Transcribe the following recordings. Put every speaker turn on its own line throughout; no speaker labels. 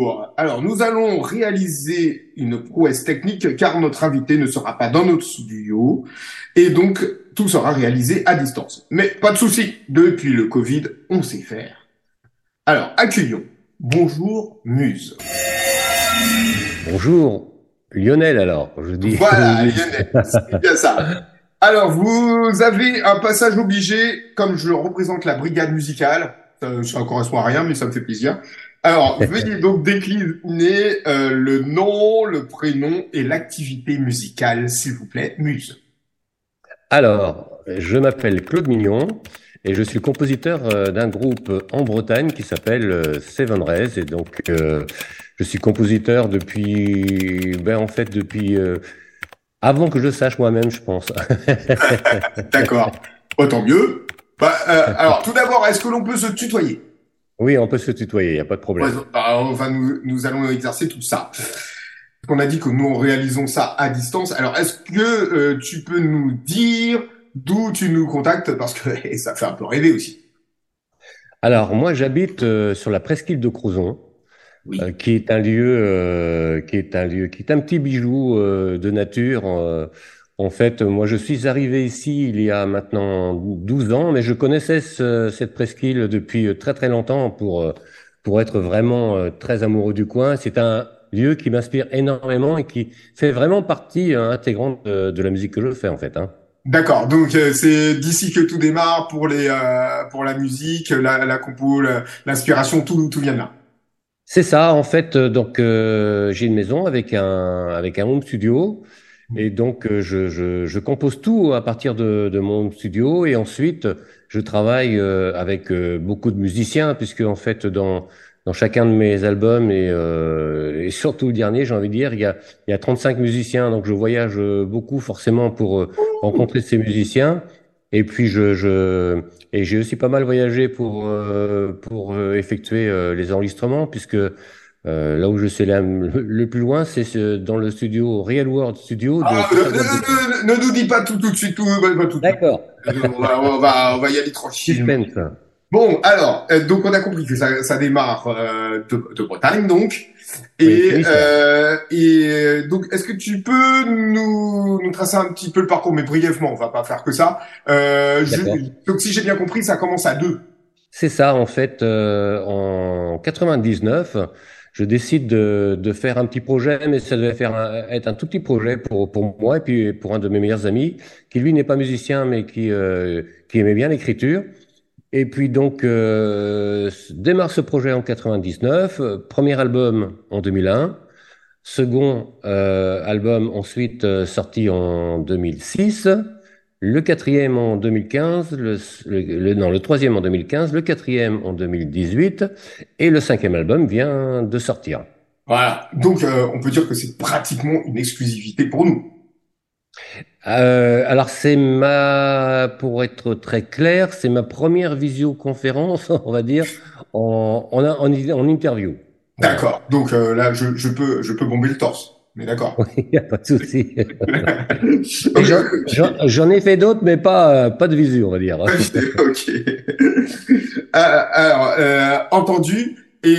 bonjour. Alors, nous allons réaliser une prouesse technique car notre invité ne sera pas dans notre studio et donc tout sera réalisé à distance. Mais pas de souci, depuis le Covid, on sait faire. Alors, accueillons. Bonjour, Muse.
Bonjour, Lionel alors, je dis.
Voilà, Lionel, c'est bien ça. Alors, vous avez un passage obligé, comme je représente la brigade musicale. Ça ne correspond à rien, mais ça me fait plaisir. Alors, veuillez donc décliner le nom, le prénom et l'activité musicale, s'il vous plaît, Muse.
Alors, je m'appelle Claude Mignon et je suis compositeur d'un groupe en Bretagne qui s'appelle Seven Rays. Et donc, je suis compositeur depuis, en fait, depuis avant que je sache moi-même, je pense.
D'accord. Autant mieux. Alors, tout d'abord, est-ce que l'on peut se tutoyer?
Oui, on peut se tutoyer, il n'y a pas de
Ouais,
problème.
enfin, nous allons exercer tout ça. On a dit que nous réalisons ça à distance. Alors, est-ce que tu peux nous dire d'où tu nous contactes? Parce que ça fait un peu rêver aussi.
Alors, moi, j'habite sur la presqu'île de Crozon.
Oui.
Qui est un lieu, qui est un petit bijou de nature. En fait, moi, je suis arrivé ici il y a maintenant 12 ans, mais je connaissais cette presqu'île depuis très très longtemps pour être vraiment très amoureux du coin. C'est un lieu qui m'inspire énormément et qui fait vraiment partie intégrante de la musique que je fais en fait, hein.
D'accord. Donc, c'est d'ici que tout démarre pour pour la musique, la compo, l'inspiration, tout vient de là.
C'est ça, en fait. Donc, j'ai une maison avec un home studio. Et donc, je compose tout à partir de mon home studio. Et ensuite, je travaille avec beaucoup de musiciens, puisque, en fait, dans chacun de mes albums, et surtout le dernier, j'ai envie de dire, il y a 35 musiciens. Donc, je voyage beaucoup, forcément, pour rencontrer ces musiciens. Et puis, et j'ai aussi pas mal voyagé pour effectuer les enregistrements, puisque là où je suis allé le plus loin, c'est dans le studio Real World Studio de
Ah,
Port-la-Grotte de Paix.
ne nous dis pas tout de suite, pas tout de suite.
D'accord.
On va y aller tranquillement.
Suspense.
Bon, alors, donc on a compris que ça démarre de Bretagne, donc.
Oui, oui, c'est vrai.
Donc, est-ce que tu peux nous tracer un petit peu le parcours, mais brièvement, on va pas faire que ça.
D'accord.
Donc, si j'ai bien compris, ça commence à deux.
C'est ça, en fait, en 99, je décide de faire un petit projet, mais ça devait être un tout petit projet pour moi et puis pour un de mes meilleurs amis, qui lui n'est pas musicien, mais qui aimait bien l'écriture. Et puis donc, démarre ce projet en 99, premier album en 2001, second album ensuite sorti en 2006, le quatrième en 2015, non, le troisième en 2015, le quatrième en 2018, et le cinquième album vient de sortir.
Voilà. Donc, on peut dire que c'est pratiquement une exclusivité pour nous.
Alors pour être très clair, c'est ma première visioconférence, on va dire, en interview. Voilà.
D'accord. Donc là, je peux bomber le torse. Mais d'accord.
Oui, il n'y a pas de souci. Et
Ok, ok.
j'en ai fait d'autres, mais pas de visu, on va dire.
Ok. Alors, entendu.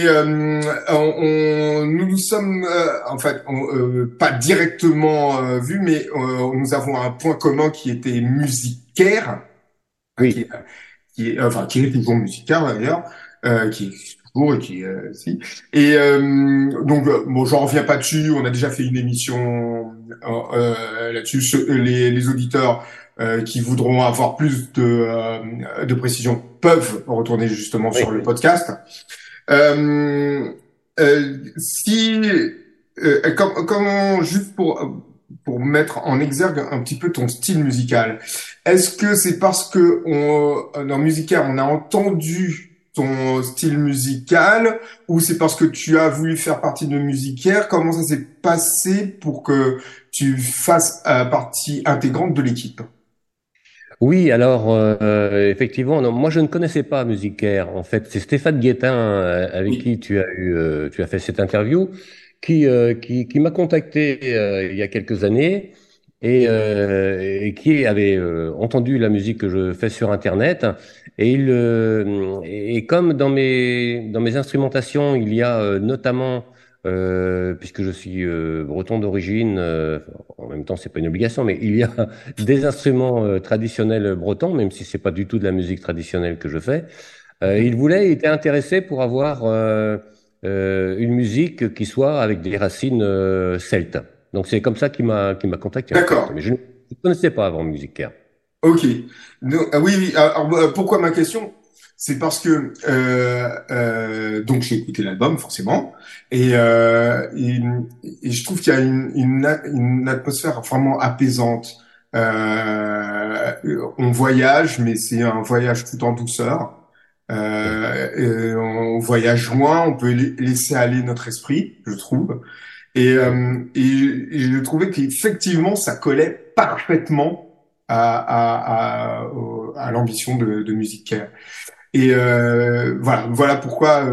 Nous nous sommes, en fait, pas directement vus, mais nous avons un point commun qui était musicaire, hein,
Oui,
enfin, qui est toujours musicaire d'ailleurs, qui existe toujours et qui, si. Donc, bon, j'en reviens pas dessus. On a déjà fait une émission là-dessus. Les auditeurs qui voudront avoir plus de précision peuvent retourner justement sur
oui.
le podcast. Euh, si, comment, juste pour mettre en exergue un petit peu ton style musical, est-ce que c'est parce que dans Musicaire, on a entendu ton style musical ou c'est parce que tu as voulu faire partie de Musicaire? Comment ça s'est passé pour que tu fasses partie intégrante de l'équipe?
Oui, alors effectivement, non, moi je ne connaissais pas Musicaire. En fait, c'est Stéphane Guettin avec
Oui.
qui tu as fait cette interview qui m'a contacté il y a quelques années. et qui avait entendu la musique que je fais sur Internet. Et comme dans mes instrumentations, il y a notamment, puisque je suis breton d'origine, en même temps, c'est pas une obligation, mais il y a des instruments traditionnels bretons, même si c'est pas du tout de la musique traditionnelle que je fais. Il était intéressé pour avoir une musique qui soit avec des racines celtes. Donc c'est comme ça qu'il m'a contacté en fait.
D'accord.
Mais je ne connaissais pas avant Musicaire.
Ok. Oui, oui. Alors, pourquoi ma question? C'est parce que donc j'ai écouté l'album forcément et je trouve qu'il y a une atmosphère vraiment apaisante. On voyage, mais c'est un voyage tout en douceur.
Oui,
On voyage loin, on peut laisser aller notre esprit, je trouve.
oui,
Et je trouvais qu'effectivement, ça collait parfaitement à l'ambition de Music Care. Et voilà pourquoi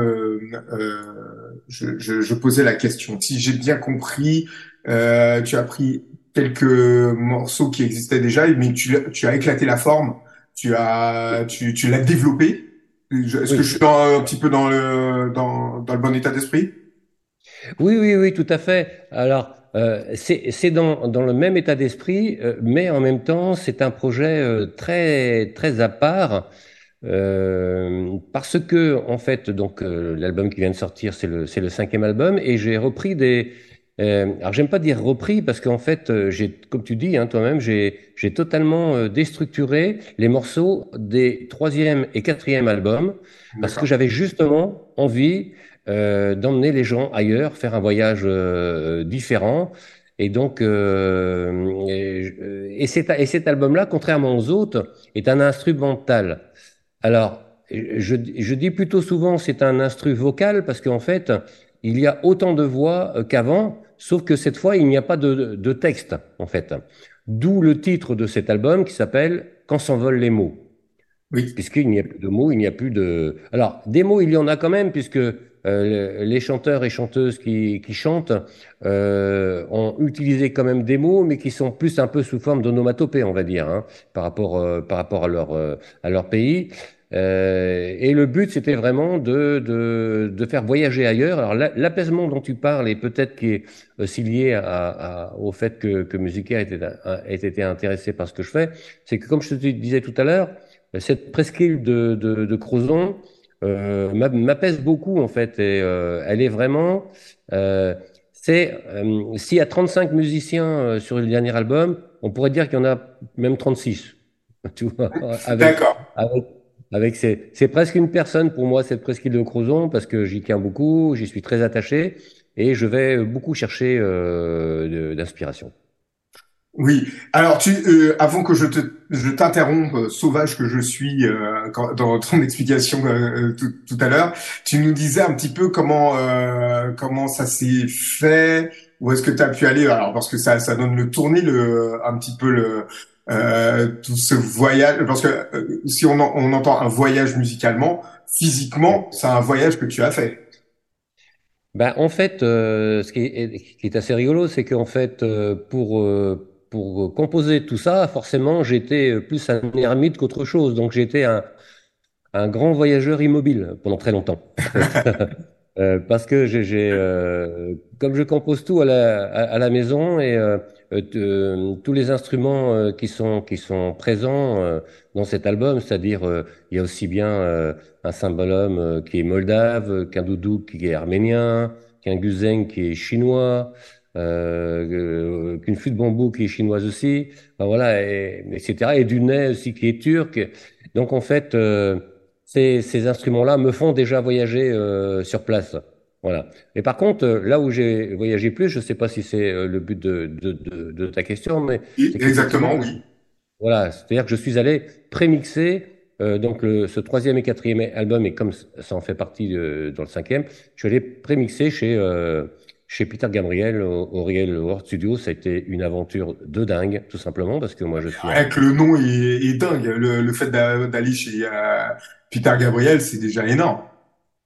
je posais la question. Si j'ai bien compris, tu as pris quelques morceaux qui existaient déjà, mais tu as éclaté la forme, tu l'as développé. Est-ce que je
oui.
suis un petit peu dans le bon état d'esprit?
Oui, oui, oui, tout à fait. Alors, c'est dans le même état d'esprit, mais en même temps, c'est un projet très, très à part. Parce que en fait, donc l'album qui vient de sortir, c'est le cinquième album, et j'ai repris des. Alors j'aime pas dire repris parce qu'en fait, comme tu dis hein, toi-même, j'ai totalement déstructuré les morceaux des troisième et quatrième albums parce que
D'accord.
j'avais justement envie d'emmener les gens ailleurs, faire un voyage différent. Et donc, et cet album-là, contrairement aux autres, est un instrumental. Alors, je dis plutôt souvent c'est un instru vocal parce qu'en fait, il y a autant de voix qu'avant, sauf que cette fois, il n'y a pas de texte, en fait. D'où le titre de cet album qui s'appelle Quand s'envolent les mots.
Oui.
Puisqu'il n'y a plus de mots, il n'y a plus de... Alors, des mots, il y en a quand même, puisque les chanteurs et chanteuses qui chantent ont utilisé quand même des mots, mais qui sont plus un peu sous forme d'onomatopée, on va dire, hein, par rapport à leur pays. Et le but, c'était vraiment de faire voyager ailleurs. Alors, l'apaisement dont tu parles, et peut-être qui est aussi lié au fait que Musica ait été intéressé par ce que je fais, c'est que, comme je te disais tout à l'heure, cette presqu'île de Crozon m'apaise beaucoup en fait et elle est vraiment s'il y a 35 musiciens sur le dernier album, on pourrait dire qu'il y en a même 36. Tu vois,
D'accord.
avec, c'est presque une personne pour moi cette presqu'île de Crozon parce que j'y tiens beaucoup, j'y suis très attaché et je vais beaucoup chercher d'inspiration.
Oui. Alors, avant que je t'interrompe, sauvage que je suis, dans ton explication tout à l'heure, tu nous disais un petit peu comment ça s'est fait, où est-ce que tu as pu aller. Alors, parce que ça donne le tournis, un petit peu tout ce voyage, parce que si on entend un voyage musicalement, physiquement, c'est un voyage que tu as fait.
Ben, en fait, qui est assez rigolo, c'est qu'en fait, pour composer tout ça, forcément, j'étais plus un ermite qu'autre chose. Donc, j'étais un grand voyageur immobile pendant très longtemps, en fait. Parce que comme je compose tout à la maison et tous les instruments qui sont présents dans cet album, c'est-à-dire il y a aussi bien un cymbalum qui est moldave, qu'un doudou qui est arménien, qu'un guzeng qui est chinois, qu'une flûte bambou qui est chinoise aussi, enfin, voilà, etc. Et du nez aussi qui est turc. Donc en fait, ces instruments-là me font déjà voyager sur place. Voilà. Et par contre, là où j'ai voyagé plus, je ne sais pas si c'est le but de ta question, mais c'est qu'effectivement,
Exactement, oui.
voilà, c'est-à-dire que je suis allé prémixer donc ce troisième et quatrième album, et comme ça en fait partie dans le cinquième, je suis allé prémixer chez Peter Gabriel au Real World Studio. Ça a été une aventure de dingue, tout simplement, parce que moi je suis un...
Rien que le nom est dingue. Le fait d'aller chez Peter Gabriel, c'est déjà énorme.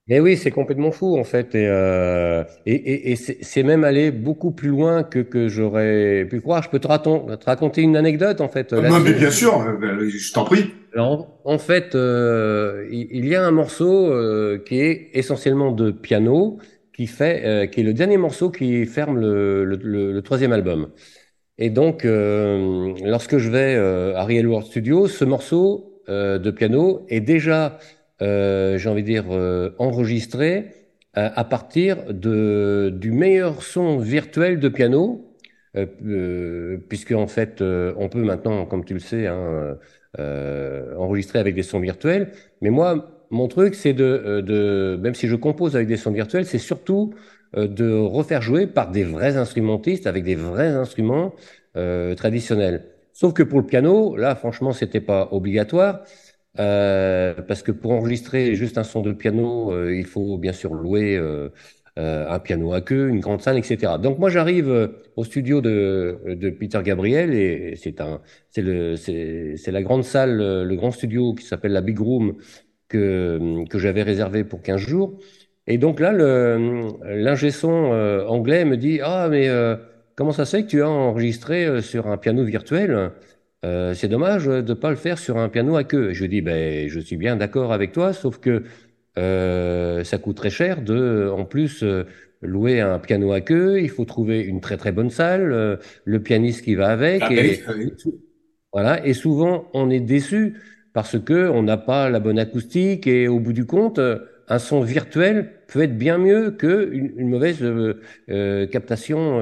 Mais oui, c'est complètement fou en fait. Et c'est même aller beaucoup plus loin que j'aurais pu croire. Je peux te raconter une anecdote en fait
Mais
là-dessus.
bien sûr, je t'en prie.
Alors, en fait, il y a un morceau qui est essentiellement de piano, qui est le dernier morceau qui ferme le troisième album. Et donc, lorsque je vais à Real World Studio, ce morceau de piano est déjà, j'ai envie de dire, enregistré à partir du meilleur son virtuel de piano, puisque en fait, on peut maintenant, comme tu le sais, hein, enregistrer avec des sons virtuels. Mais moi, mon truc, c'est même si je compose avec des sons virtuels, c'est surtout de refaire jouer par des vrais instrumentistes avec des vrais instruments traditionnel. Sauf que pour le piano, là, franchement, c'était pas obligatoire, parce que pour enregistrer juste un son de piano, il faut bien sûr louer un piano à queue, une grande salle, etc. Donc moi, j'arrive au studio de Peter Gabriel et c'est la grande salle, le grand studio qui s'appelle la Big Room que j'avais réservé pour 15 jours. Et donc là, l'ingé son anglais me dit, ah, mais comment ça se fait que tu as enregistré sur un piano virtuel? C'est dommage de ne pas le faire sur un piano à queue. Et je lui dis, ben, je suis bien d'accord avec toi, sauf que ça coûte très cher en plus, louer un piano à queue. Il faut trouver une très très bonne salle, le pianiste qui va avec.
Ah ben oui, ah oui.
Voilà, et souvent on est déçu parce que on n'a pas la bonne acoustique et au bout du compte, un son virtuel peut être bien mieux qu'une mauvaise captation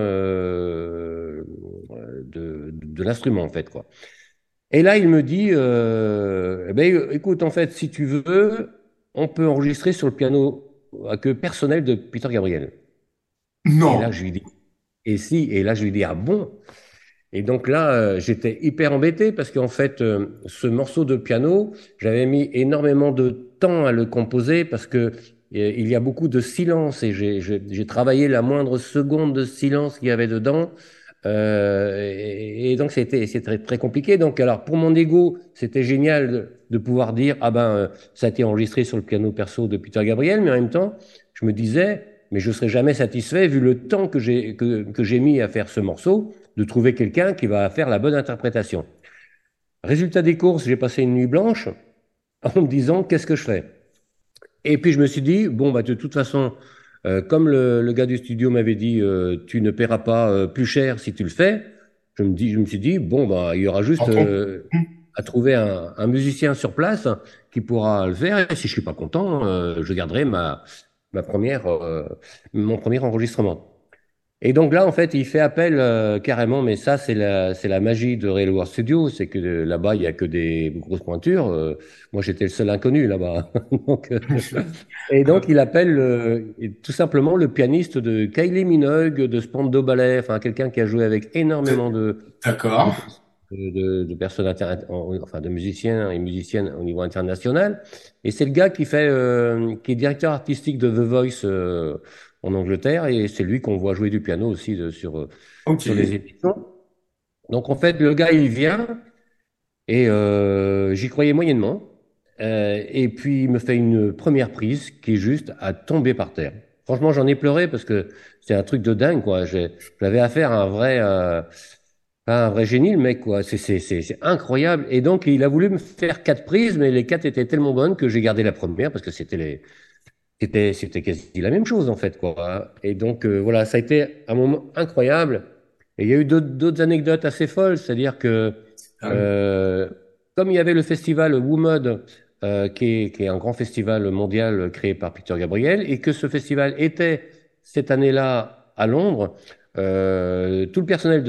de l'instrument en fait quoi. Et là il me dit, eh ben, écoute en fait si tu veux, on peut enregistrer sur le piano à queue personnel de Peter Gabriel. Et
Non.
là je lui dis, et si, et là je lui dis ah bon? Et donc là, j'étais hyper embêté parce qu'en fait, ce morceau de piano, j'avais mis énormément de temps à le composer parce que il y a beaucoup de silence et j'ai travaillé la moindre seconde de silence qu'il y avait dedans. Et donc c'était très, très compliqué. Donc alors pour mon ego, c'était génial de pouvoir dire ah ben ça a été enregistré sur le piano perso de Peter Gabriel, mais en même temps, je me disais mais je serai jamais satisfait vu le temps que j'ai mis à faire ce morceau de trouver quelqu'un qui va faire la bonne interprétation. Résultat des courses, j'ai passé une nuit blanche en me disant qu'est-ce que je fais. Et puis je me suis dit, bon, bah, de toute façon, comme le gars du studio m'avait dit, tu ne paieras pas plus cher si tu le fais, je me suis dit, bon, bah, il y aura juste
Pardon.
à trouver un musicien sur place qui pourra le faire. Et si je suis pas content, je garderai ma première, mon premier enregistrement. Et donc là, en fait, il fait appel carrément, mais ça, c'est la magie de Real World Studio, c'est que là-bas, il y a que des grosses pointures. Moi, j'étais le seul inconnu là-bas. Donc, et donc, il appelle tout simplement le pianiste de Kylie Minogue, de Spandau Ballet, enfin, quelqu'un qui a joué avec énormément de,
D'accord.
de personnes, enfin, de musiciens et musiciennes au niveau international. Et c'est le gars qui est directeur artistique de The Voice en Angleterre, et c'est lui qu'on voit jouer du piano aussi
Ok.
sur les émissions. Donc en fait, le gars, il vient, et j'y croyais moyennement. Et puis il me fait une première prise qui est juste à tomber par terre. Franchement, j'en ai pleuré parce que c'est un truc de dingue, quoi. J'avais affaire à un vrai génie, le mec, quoi. C'est incroyable. Et donc, il a voulu me faire 4 prises, mais les 4 étaient tellement bonnes que j'ai gardé la première parce que c'était quasi la même chose, en fait, quoi. Et donc, voilà, ça a été un moment incroyable. Et il y a eu d'autres anecdotes assez folles, c'est-à-dire que,
Ah oui.
euh, comme il y avait le festival WOMOD, qui est un grand festival mondial créé par Peter Gabriel, et que ce festival était cette année-là à Londres, tout le personnel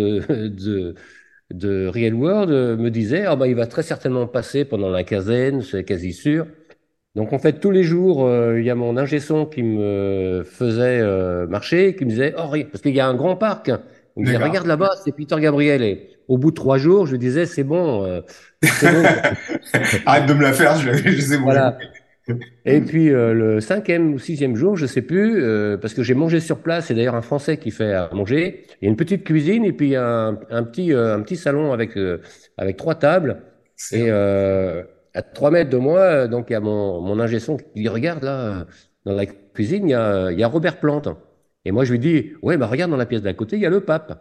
de Real World me disait, ah ben, il va très certainement passer pendant la quinzaine, c'est quasi sûr. Donc en fait, tous les jours, il y a mon ingé son qui me faisait marcher, qui me disait, oh, parce qu'il y a un grand parc. Il me disait,
D'accord.
regarde là-bas, c'est Peter Gabriel. Et au bout de 3 jours, je lui disais, c'est bon, quoi.
Arrête de me la faire, je sais bon, j'ai
Voilà.
compris.
Et puis le cinquième ou sixième jour, je sais plus, parce que j'ai mangé sur place. C'est d'ailleurs un Français qui fait à manger. Il y a une petite cuisine et puis il y a un petit salon avec 3 tables. Et
Excellent.
à 3 mètres de moi, donc il y a mon ingé son qui dit, regarde là. dans la cuisine, il y a Robert Plant. Et moi, je lui dis, ouais, bah regarde dans la pièce d'à côté, il y a le pape.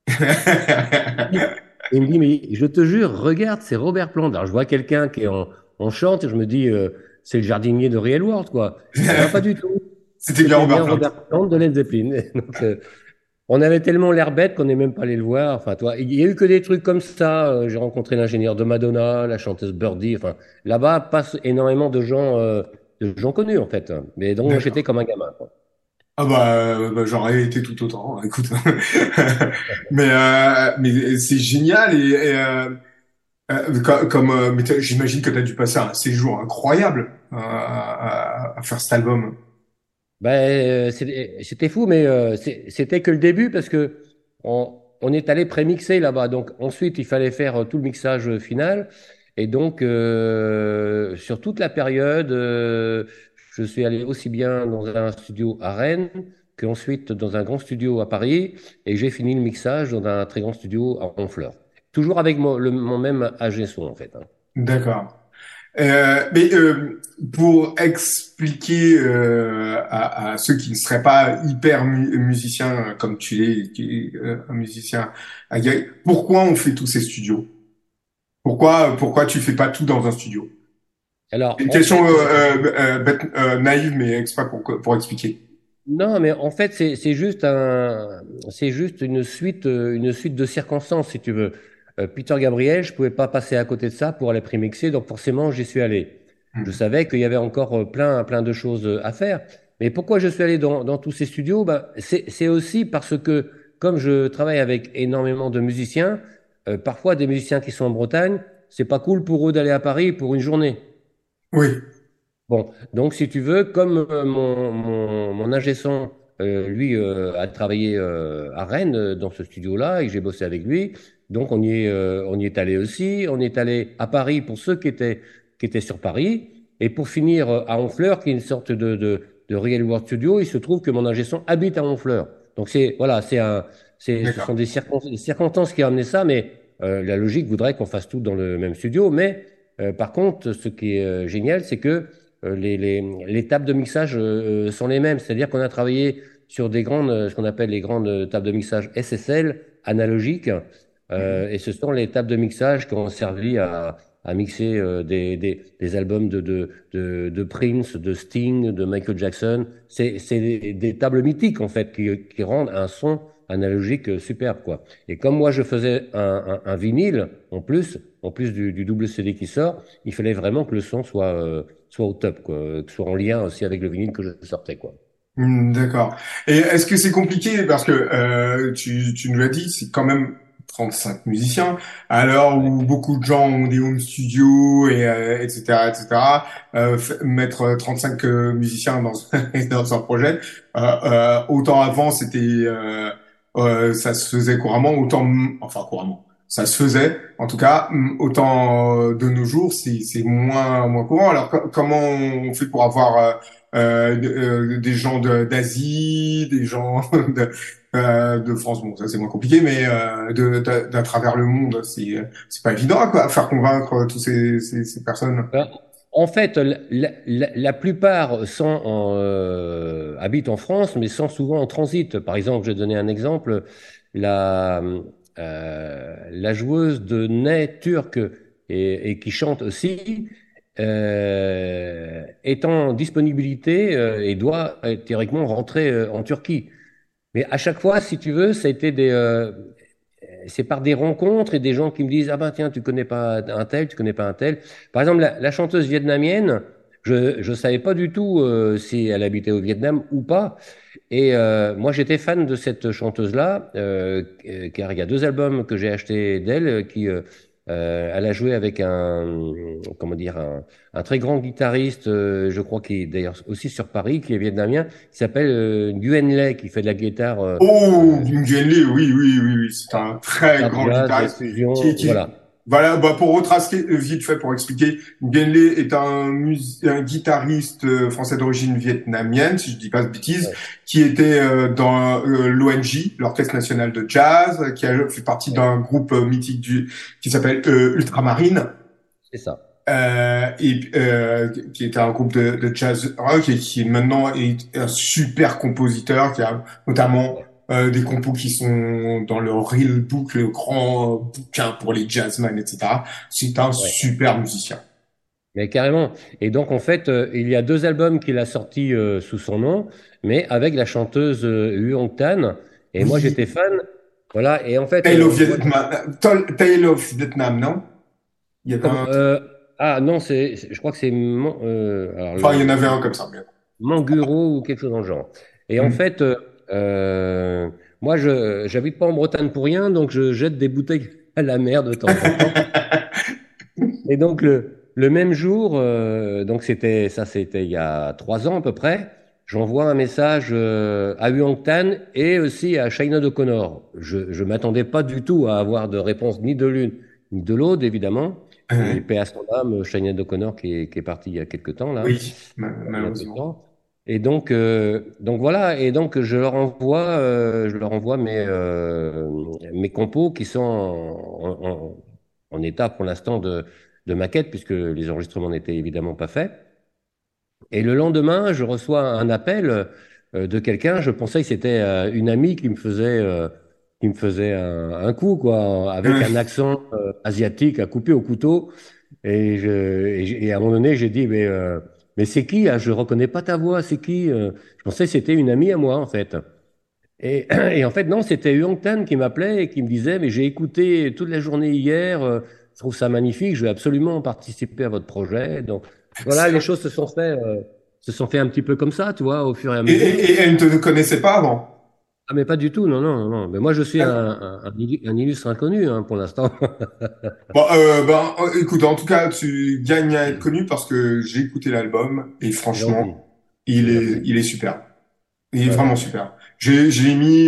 Il me dit, mais je te jure, regarde, c'est Robert Plant. Alors, je vois quelqu'un qui est en chante et je me dis, c'est le jardinier de Real World, quoi. Eh ben, pas du tout.
C'était bien
C'était
Robert
bien
Plant.
Robert Plant de Led Zeppelin. Donc, on avait tellement l'air bête qu'on n'est même pas allé le voir. Enfin, toi, il y a eu que des trucs comme ça. J'ai rencontré l'ingénieur de Madonna, la chanteuse Birdie. Enfin, là-bas passe énormément de gens connus, en fait. Mais donc, j'étais
D'accord.
comme un gamin, quoi.
Ah bah, j'aurais été tout autant, écoute. Mais c'est génial mais j'imagine que tu as dû passer un séjour incroyable à faire cet album.
Ben, c'était fou, mais c'était que le début parce que on est allé prémixer là-bas. Donc ensuite, il fallait faire tout le mixage final. Et donc, sur toute la période, je suis allé aussi bien dans un studio à Rennes qu'ensuite dans un grand studio à Paris. Et j'ai fini le mixage dans un très grand studio à Honfleur. Toujours avec mon même ingé son, en fait, hein.
D'accord. Mais pour expliquer à ceux qui ne seraient pas hyper musiciens comme tu l'es, qui est un musicien aguerri, pourquoi on fait tous ces studios? Pourquoi tu fais pas tout dans un studio?
Alors,
Une
en
question
fait,
bête, naïve, mais exprès pour expliquer.
non, mais en fait, c'est juste une suite de circonstances, si tu veux. Peter Gabriel, je pouvais pas passer à côté de ça pour aller prémixer, donc forcément, j'y suis allé. Je
Hmm.
savais qu'il y avait encore plein de choses à faire. Mais pourquoi je suis allé dans tous ces studios? Ben, c'est aussi parce que, comme je travaille avec énormément de musiciens, parfois des musiciens qui sont en Bretagne, c'est pas cool pour eux d'aller à Paris pour une journée.
Oui,
Bon, donc si tu veux, comme mon ingé son, lui, a travaillé à Rennes dans ce studio-là et que j'ai bossé avec lui, donc on y est allé aussi. On est allé à Paris pour ceux qui étaient sur Paris et pour finir à Honfleur, qui est une sorte de Real World Studio. Il se trouve que mon ingé son habite à Honfleur. Donc voilà, ce sont
d'accord.
des circonstances qui ont amené ça, mais la logique voudrait qu'on fasse tout dans le même studio. Mais par contre, ce qui est génial, c'est que les tables de mixage sont les mêmes. C'est-à-dire qu'on a travaillé sur des grandes, ce qu'on appelle les grandes tables de mixage SSL analogiques.
Mhm.
Et ce sont les tables de mixage qui ont servi à mixer des albums de Prince, de Sting, de Michael Jackson. C'est des tables mythiques, en fait, qui rendent un son analogique superbe, quoi. Et comme moi, je faisais un vinyle, en plus du double CD qui sort, il fallait vraiment que le son soit au top, quoi, que ce soit en lien aussi avec le vinyle que je sortais, quoi.
D'accord. Et est-ce que c'est compliqué parce que tu nous l'as dit, c'est quand même 35 musiciens, à l'heure
Ouais.
où beaucoup de gens ont des home studios et etc. etc. Mettre 35 musiciens dans dans un projet, autant avant c'était ça se faisait couramment, enfin couramment. Ça se faisait, en tout cas, autant de nos jours, c'est moins courant. Alors comment on fait pour avoir des gens d'Asie, des gens de France, bon, ça c'est moins compliqué, mais d'à travers le monde, c'est pas évident quoi, à faire convaincre tous ces personnes.
Ben, en fait, la plupart habitent en France, mais sont souvent en transit. Par exemple, je vais donner un exemple. La, la joueuse de nez turque et qui chante aussi est en disponibilité et doit théoriquement rentrer en Turquie. Mais à chaque fois, si tu veux, ça a été c'est par des rencontres et des gens qui me disent, ah ben tiens, tu connais pas un tel, tu connais pas un tel. Par exemple, la chanteuse vietnamienne, je savais pas du tout si elle habitait au Vietnam ou pas. Et moi, j'étais fan de cette chanteuse-là, car il y a deux albums que j'ai achetés d'elle, elle a joué avec comment dire, un très grand guitariste, je crois, qui est d'ailleurs aussi sur Paris, qui est vietnamien, qui s'appelle Nguyen Le, qui fait de la guitare,
Oh,
euh,
Nguyen Lee, oui, c'est un très
guitare
grand
jazz,
guitariste
fusion, voilà.
voilà, bah pour retracer vite fait pour expliquer, Nguyen Lee est un guitariste français d'origine vietnamienne, si je dis pas de bêtises,
Ouais,
qui était dans l'ONJ, l'Orchestre National de Jazz, qui a fait partie
ouais,
d'un groupe mythique qui s'appelle Ultramarine.
c'est ça.
qui était un groupe de jazz rock et qui maintenant est un super compositeur qui a notamment des compos qui sont dans le Real Book, le grand bouquin pour les jazzmen, etc. C'est un
Ouais.
super musicien.
Mais carrément. Et donc, en fait, il y a deux albums qu'il a sortis sous son nom, mais avec la chanteuse Huong Tan. Et moi,
Oui,
j'étais fan. Voilà. Et en fait,
Tale of
moi,
Vietnam, Tale of Vietnam, non? Il y avait
comme,
un,
ah non, je crois que c'est alors
enfin, il y en avait un comme ça, mais.
Manguro ou quelque chose dans le genre. Et en
Hmm.
fait, euh, moi, je j'habite pas en Bretagne pour rien, donc je jette des bouteilles à la mer de temps en temps. Et donc le même jour, donc c'était il y a 3 ans à peu près, j'envoie un message à Huang Tan et aussi à Shaina O'Connor. Je m'attendais pas du tout à avoir de réponse ni de l'une ni de l'autre, évidemment. Et
Ouais.
paix à son âme, Shaina O'Connor qui est partie il y a quelque temps là,
Oui,
il y a peu de
malheureusement.
temps. Et donc voilà, et donc je leur envoie mes compos qui sont en état pour l'instant de maquette, puisque les enregistrements n'étaient évidemment pas faits. Et le lendemain, je reçois un appel de quelqu'un. Je pensais que c'était une amie qui me faisait un coup, quoi, avec un
Ouais.
accent asiatique à couper au couteau. Et à un moment donné, j'ai dit, mais c'est qui? Ah, je reconnais pas ta voix, c'est qui? Je pensais que c'était une amie à moi, en fait. Et en fait, non, c'était Huang Tan qui m'appelait et qui me disait, mais j'ai écouté toute la journée hier, je trouve ça magnifique, je vais absolument participer à votre projet. Donc voilà, les choses se sont fait un petit peu comme ça, tu vois, au fur et à mesure.
Et elle ne te connaissait pas avant.
Ah, mais pas du tout, non, non, non. Mais moi, je suis
D'accord.
un illustre inconnu, hein, pour l'instant.
Bon, ben, écoute, en tout cas, tu gagnes à être connu parce que j'ai écouté l'album et
C'est gentil,
franchement,
merci.
il est super. Il est
Ouais,
vraiment
ouais.
super. J'ai mis,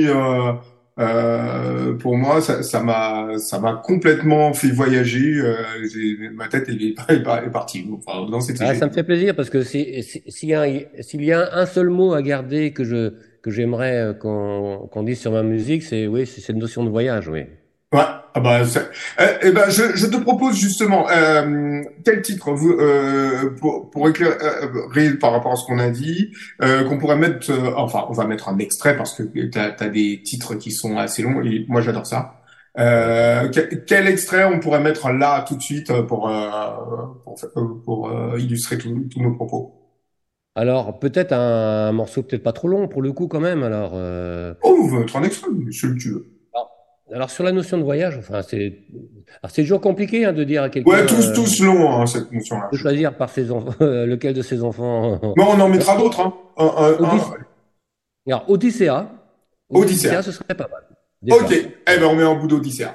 pour moi, ça m'a complètement fait voyager. Ma tête est partie. Enfin, non, c'était
Ah, ça
génial.
me fait plaisir parce que s'il y a un seul mot à garder que j'aimerais qu'on dise sur ma musique, c'est oui, c'est cette notion de voyage, oui.
Ouais, ah bah, eh ben, je te propose justement quel titre pour éclairer par rapport à ce qu'on a dit, qu'on pourrait mettre, enfin, on va mettre un extrait parce que t'as des titres qui sont assez longs et moi j'adore ça.
Ouais.
Quel extrait on pourrait mettre là tout de suite pour illustrer tous nos propos?
Alors peut-être un morceau peut-être pas trop long pour le coup quand même.
Oh, on veut mettre un extrait, celui que tu veux.
Alors, sur la notion de voyage, c'est toujours compliqué hein, de dire à quelqu'un
Ouais, tous longs, hein, cette notion-là,
de
je trouve.
choisir par ses enfants lequel de ses enfants.
Mais on en
Non,
mettra d'autres, hein.
Odyssée. Alors Odyssea,
Odyssée.
Odyssea, ce serait pas mal
Ok,
déjà.
eh ben on met un bout d'Odyssée.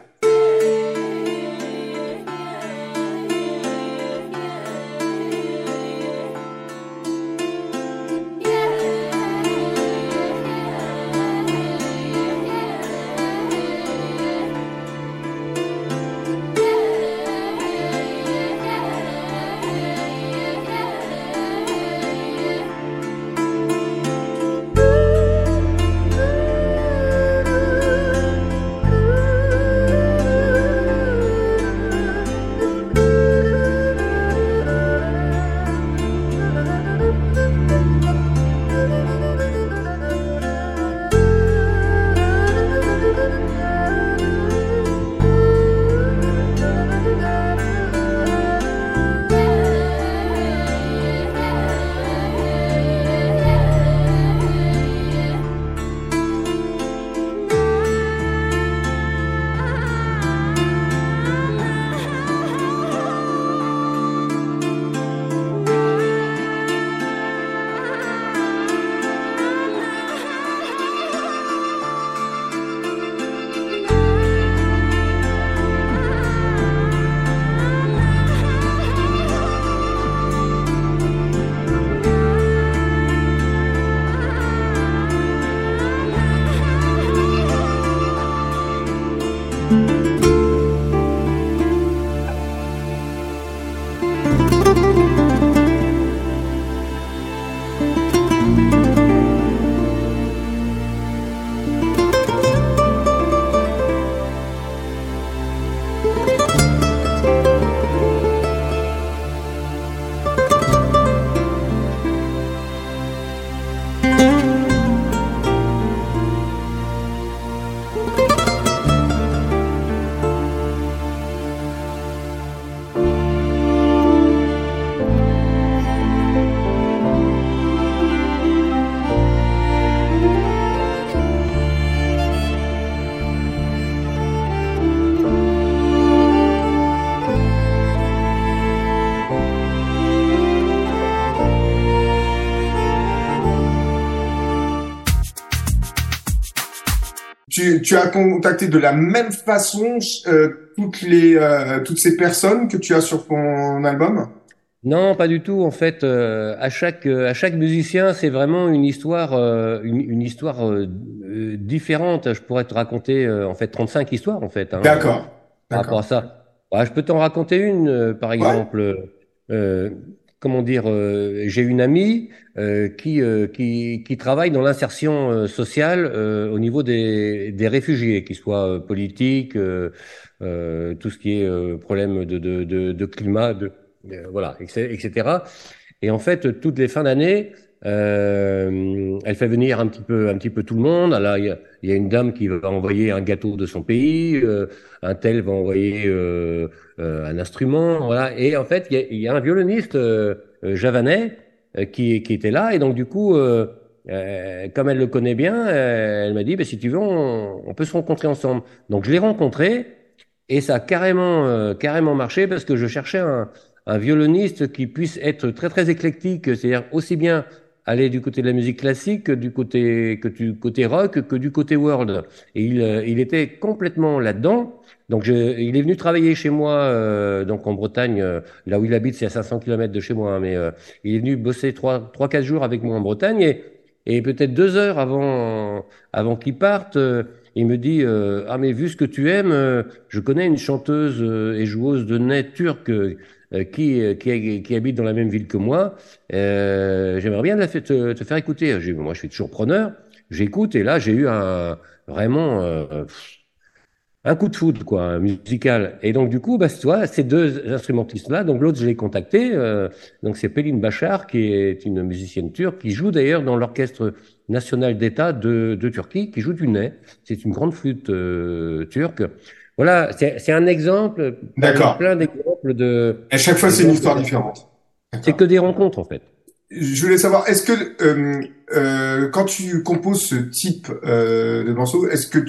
tu as contacté de la même façon toutes ces personnes que tu as sur ton album?
Non, pas du tout. En fait, à chaque musicien, c'est vraiment une histoire, une histoire différente. Je pourrais te raconter en fait 35 histoires en fait
D'accord,
par rapport
d'accord.
à ça. Bah, je peux t'en raconter une, par
Ouais,
exemple. Euh, comment dire, j'ai une amie qui travaille dans l'insertion sociale au niveau des réfugiés, qu'ils soient politiques, tout ce qui est problème de climat, voilà, etc. Et en fait, toutes les fins d'année, elle fait venir un petit peu tout le monde. Là, il y a une dame qui va envoyer un gâteau de son pays, un tel va envoyer un instrument, voilà. Et en fait, il y a un violoniste javanais qui était là, et donc du coup, comme elle le connaît bien, elle m'a dit, bah, si tu veux, on peut se rencontrer ensemble. Donc je l'ai rencontré. Et ça a carrément marché parce que je cherchais un violoniste qui puisse être très très éclectique, c'est-à-dire aussi bien aller du côté de la musique classique que du côté rock que du côté world. Et il était complètement là-dedans. Donc il est venu travailler chez moi, donc en Bretagne, là où il habite, c'est à 500 km de chez moi, hein, mais il est venu bosser 4 jours avec moi en Bretagne et peut-être 2 heures avant qu'il parte. Il me dit ah mais vu ce que tu aimes, je connais une chanteuse et joueuse de nez turque qui habite dans la même ville que moi. J'aimerais bien te faire écouter. Moi, je suis toujours preneur. J'écoute et là, j'ai eu vraiment un coup de foudre quoi, musical. Et donc du coup, bah, tu vois, ces deux instrumentistes-là, donc l'autre, je l'ai contacté. Donc c'est Pelin Bachar, qui est une musicienne turque, qui joue d'ailleurs dans l'orchestre national d'État de Turquie, qui joue du nez. C'est une grande flûte turque. Voilà, c'est un exemple parmi
d'accord.
plein d'exemples
À chaque fois,
de
c'est une
gens.
histoire différente.
C'est
D'accord.
que des rencontres en fait.
Je voulais savoir, est-ce que quand tu composes ce type de morceau, est-ce que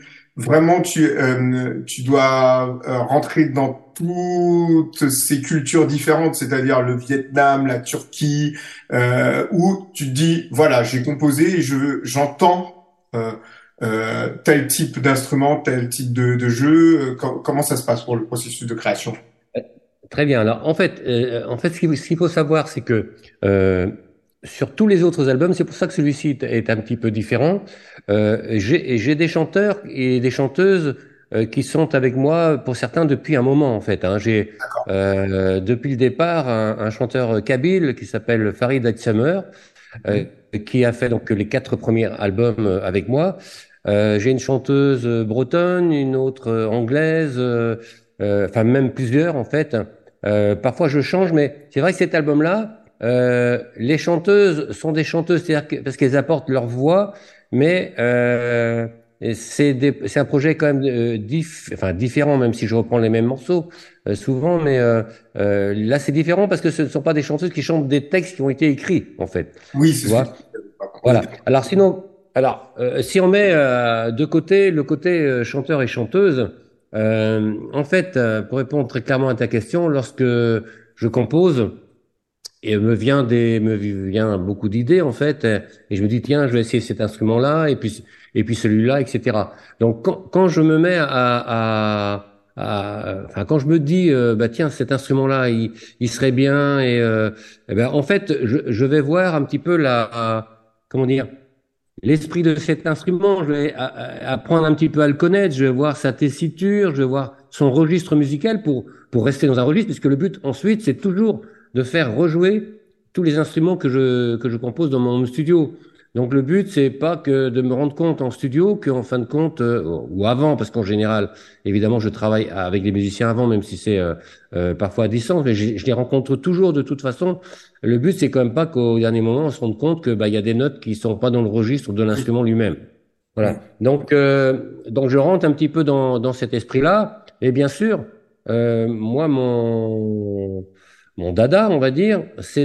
tu dois rentrer dans toutes ces cultures différentes, c'est-à-dire le Vietnam, la Turquie, où tu te dis, voilà, j'ai composé et j'entends tel type d'instrument, tel type de jeu. Comment ça se passe pour le processus de création?
Très bien. Alors, en fait, ce qu'il faut savoir, c'est que sur tous les autres albums, c'est pour ça que celui-ci est un petit peu différent. J'ai des chanteurs et des chanteuses qui sont avec moi, pour certains, depuis un moment, en fait. Hein. J'ai depuis le départ un chanteur kabyle qui s'appelle Farid Aksamer, euh, qui a fait donc les 4 premiers albums avec moi. J'ai une chanteuse bretonne, une autre anglaise, enfin même plusieurs en fait. Parfois je change, mais c'est vrai que cet album-là, les chanteuses sont des chanteuses, parce qu'elles apportent leur voix, mais c'est un projet quand même enfin, différent, même si je reprends les mêmes morceaux souvent, mais là c'est différent parce que ce ne sont pas des chanteuses qui chantent des textes qui ont été écrits en fait.
Oui,
Tu
c'est ce que tu
vois?
disais. Oui,
Voilà. Alors sinon, si on met de côté le côté chanteur et chanteuse, en fait, pour répondre très clairement à ta question, lorsque je compose, et me vient beaucoup d'idées en fait, et je me dis tiens, je vais essayer cet instrument-là, et puis celui-là, etc. Donc quand je me mets enfin quand je me dis bah tiens, cet instrument-là, il serait bien, et ben en fait, je vais voir un petit peu comment dire, l'esprit de cet instrument. Je vais apprendre un petit peu à le connaître. Je vais voir sa tessiture, je vais voir son registre musical pour rester dans un registre, puisque le but ensuite, c'est toujours de faire rejouer tous les instruments que je compose dans mon studio. Donc le but, c'est pas que de me rendre compte en studio qu'en fin de compte, ou avant, parce qu'en général, évidemment, je travaille avec les musiciens avant, même si c'est parfois à distance, mais je les rencontre toujours de toute façon. Le but, c'est quand même pas qu'au dernier moment, on se rende compte que bah, il y a des notes qui sont pas dans le registre de
oui,
l'instrument lui-même.
oui.
Voilà. Donc je rentre un petit peu dans cet esprit-là. Et bien sûr, moi, mon dada, on va dire,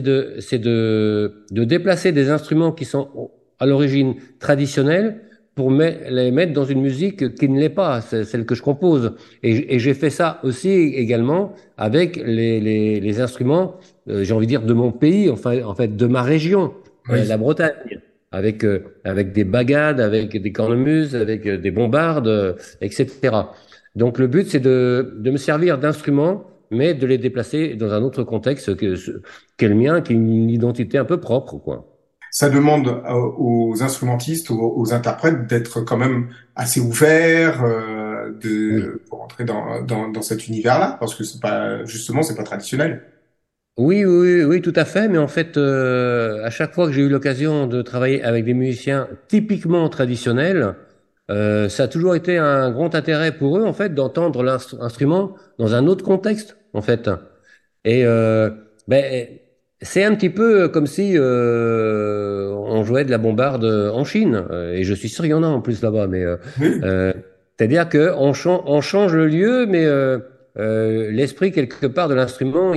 de déplacer des instruments qui sont à l'origine traditionnels pour les mettre dans une musique qui ne l'est pas, c'est celle que je compose. Et j'ai fait ça aussi également avec les instruments, j'ai envie de dire, de mon pays, enfin, en fait, de ma région,
Oui.
la Bretagne. avec des bagades, avec des cornemuses, avec des bombardes, etc. Donc le but, c'est de me servir d'instruments, mais de les déplacer dans un autre contexte qu'est le mien, qui est une identité un peu propre, quoi.
Ça demande aux instrumentistes, aux interprètes d'être quand même assez ouverts,
Oui.
pour entrer dans cet univers-là, parce que c'est pas, justement, c'est pas traditionnel.
Oui, oui, oui, oui, tout à fait. Mais en fait, à chaque fois que j'ai eu l'occasion de travailler avec des musiciens typiquement traditionnels, ça a toujours été un grand intérêt pour eux, en fait, d'entendre l'instrument dans un autre contexte, en fait. Et ben, c'est un petit peu comme si on jouait de la bombarde en Chine. Et je suis sûr qu'il y en a en plus là-bas. Mais
Oui.
euh, c'est-à-dire on change le lieu, mais l'esprit quelque part de l'instrument,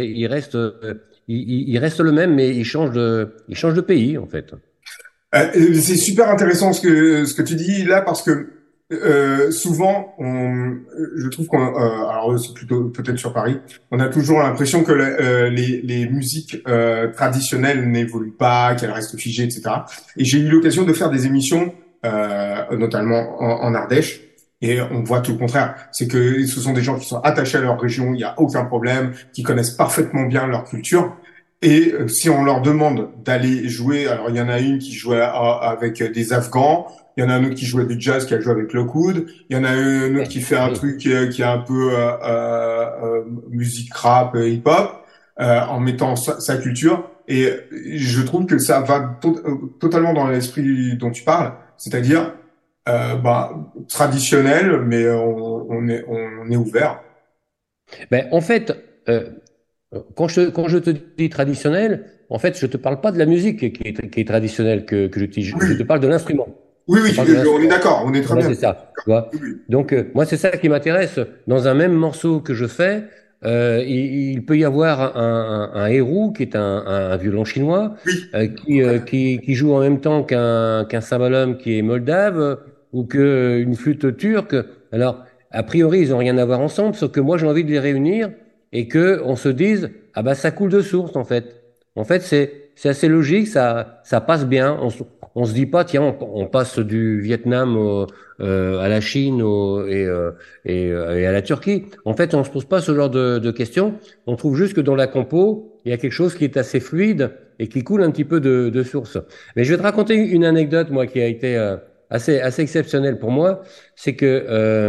il reste le même, mais il change de pays en fait.
C'est super intéressant ce que tu dis là parce que souvent je trouve qu'on alors c'est plutôt peut-être sur Paris, on a toujours l'impression que les musiques traditionnelles n'évoluent pas, qu'elles restent figées, etc. Et j'ai eu l'occasion de faire des émissions notamment en Ardèche. Et on voit tout le contraire. C'est que ce sont des gens qui sont attachés à leur région, il n'y a aucun problème, qui connaissent parfaitement bien leur culture. Et si on leur demande d'aller jouer, alors il y en a une qui jouait avec des Afghans, il y en a un autre qui jouait du jazz qui a joué avec Lockwood, il y en a un autre
Oui,
qui fait un
oui.
truc qui est un peu musique rap, hip-hop, en mettant sa culture. Et je trouve que ça va totalement dans l'esprit dont tu parles, c'est-à-dire traditionnel, mais on est ouvert.
Ben, en fait, quand je te dis traditionnel, en fait, je te parle pas de la musique qui est traditionnelle que j'utilise. Je te
Oui,
parle de l'instrument.
oui,
Je te
oui,
parle de
on est
l'instrument.
d'accord, on est très
Voilà,
bien
c'est
d'accord.
ça. Tu vois.
Oui, oui.
Donc, moi, c'est ça qui m'intéresse. Dans un même morceau que je fais, il peut y avoir un héros qui est un violon chinois
Oui.
qui joue en même temps qu'un cymbalum qui est moldave ou qu'une flûte turque. Alors, a priori, ils n'ont rien à voir ensemble, sauf que moi, j'ai envie de les réunir et que on se dise, ah bah, ça coule de source, en fait. En fait, c'est assez logique, ça passe bien. On se dit pas, tiens, on passe du Vietnam à la Chine et à la Turquie. En fait, on se pose pas ce genre de questions. On trouve juste que dans la compo, il y a quelque chose qui est assez fluide et qui coule un petit peu de source. Mais je vais te raconter une anecdote, moi, qui a été assez exceptionnelle pour moi. C'est que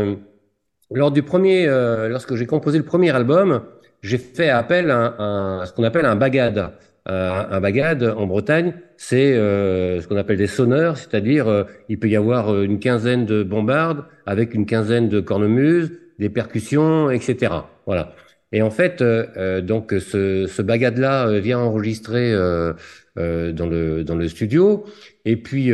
lorsque j'ai composé le premier album, j'ai fait appel à ce qu'on appelle un bagad. Un bagad en Bretagne, c'est ce qu'on appelle des sonneurs, c'est-à-dire il peut y avoir une quinzaine de bombardes avec une quinzaine de cornemuses, des percussions, etc. Voilà. Et en fait, donc ce bagad-là vient enregistrer dans le studio, et puis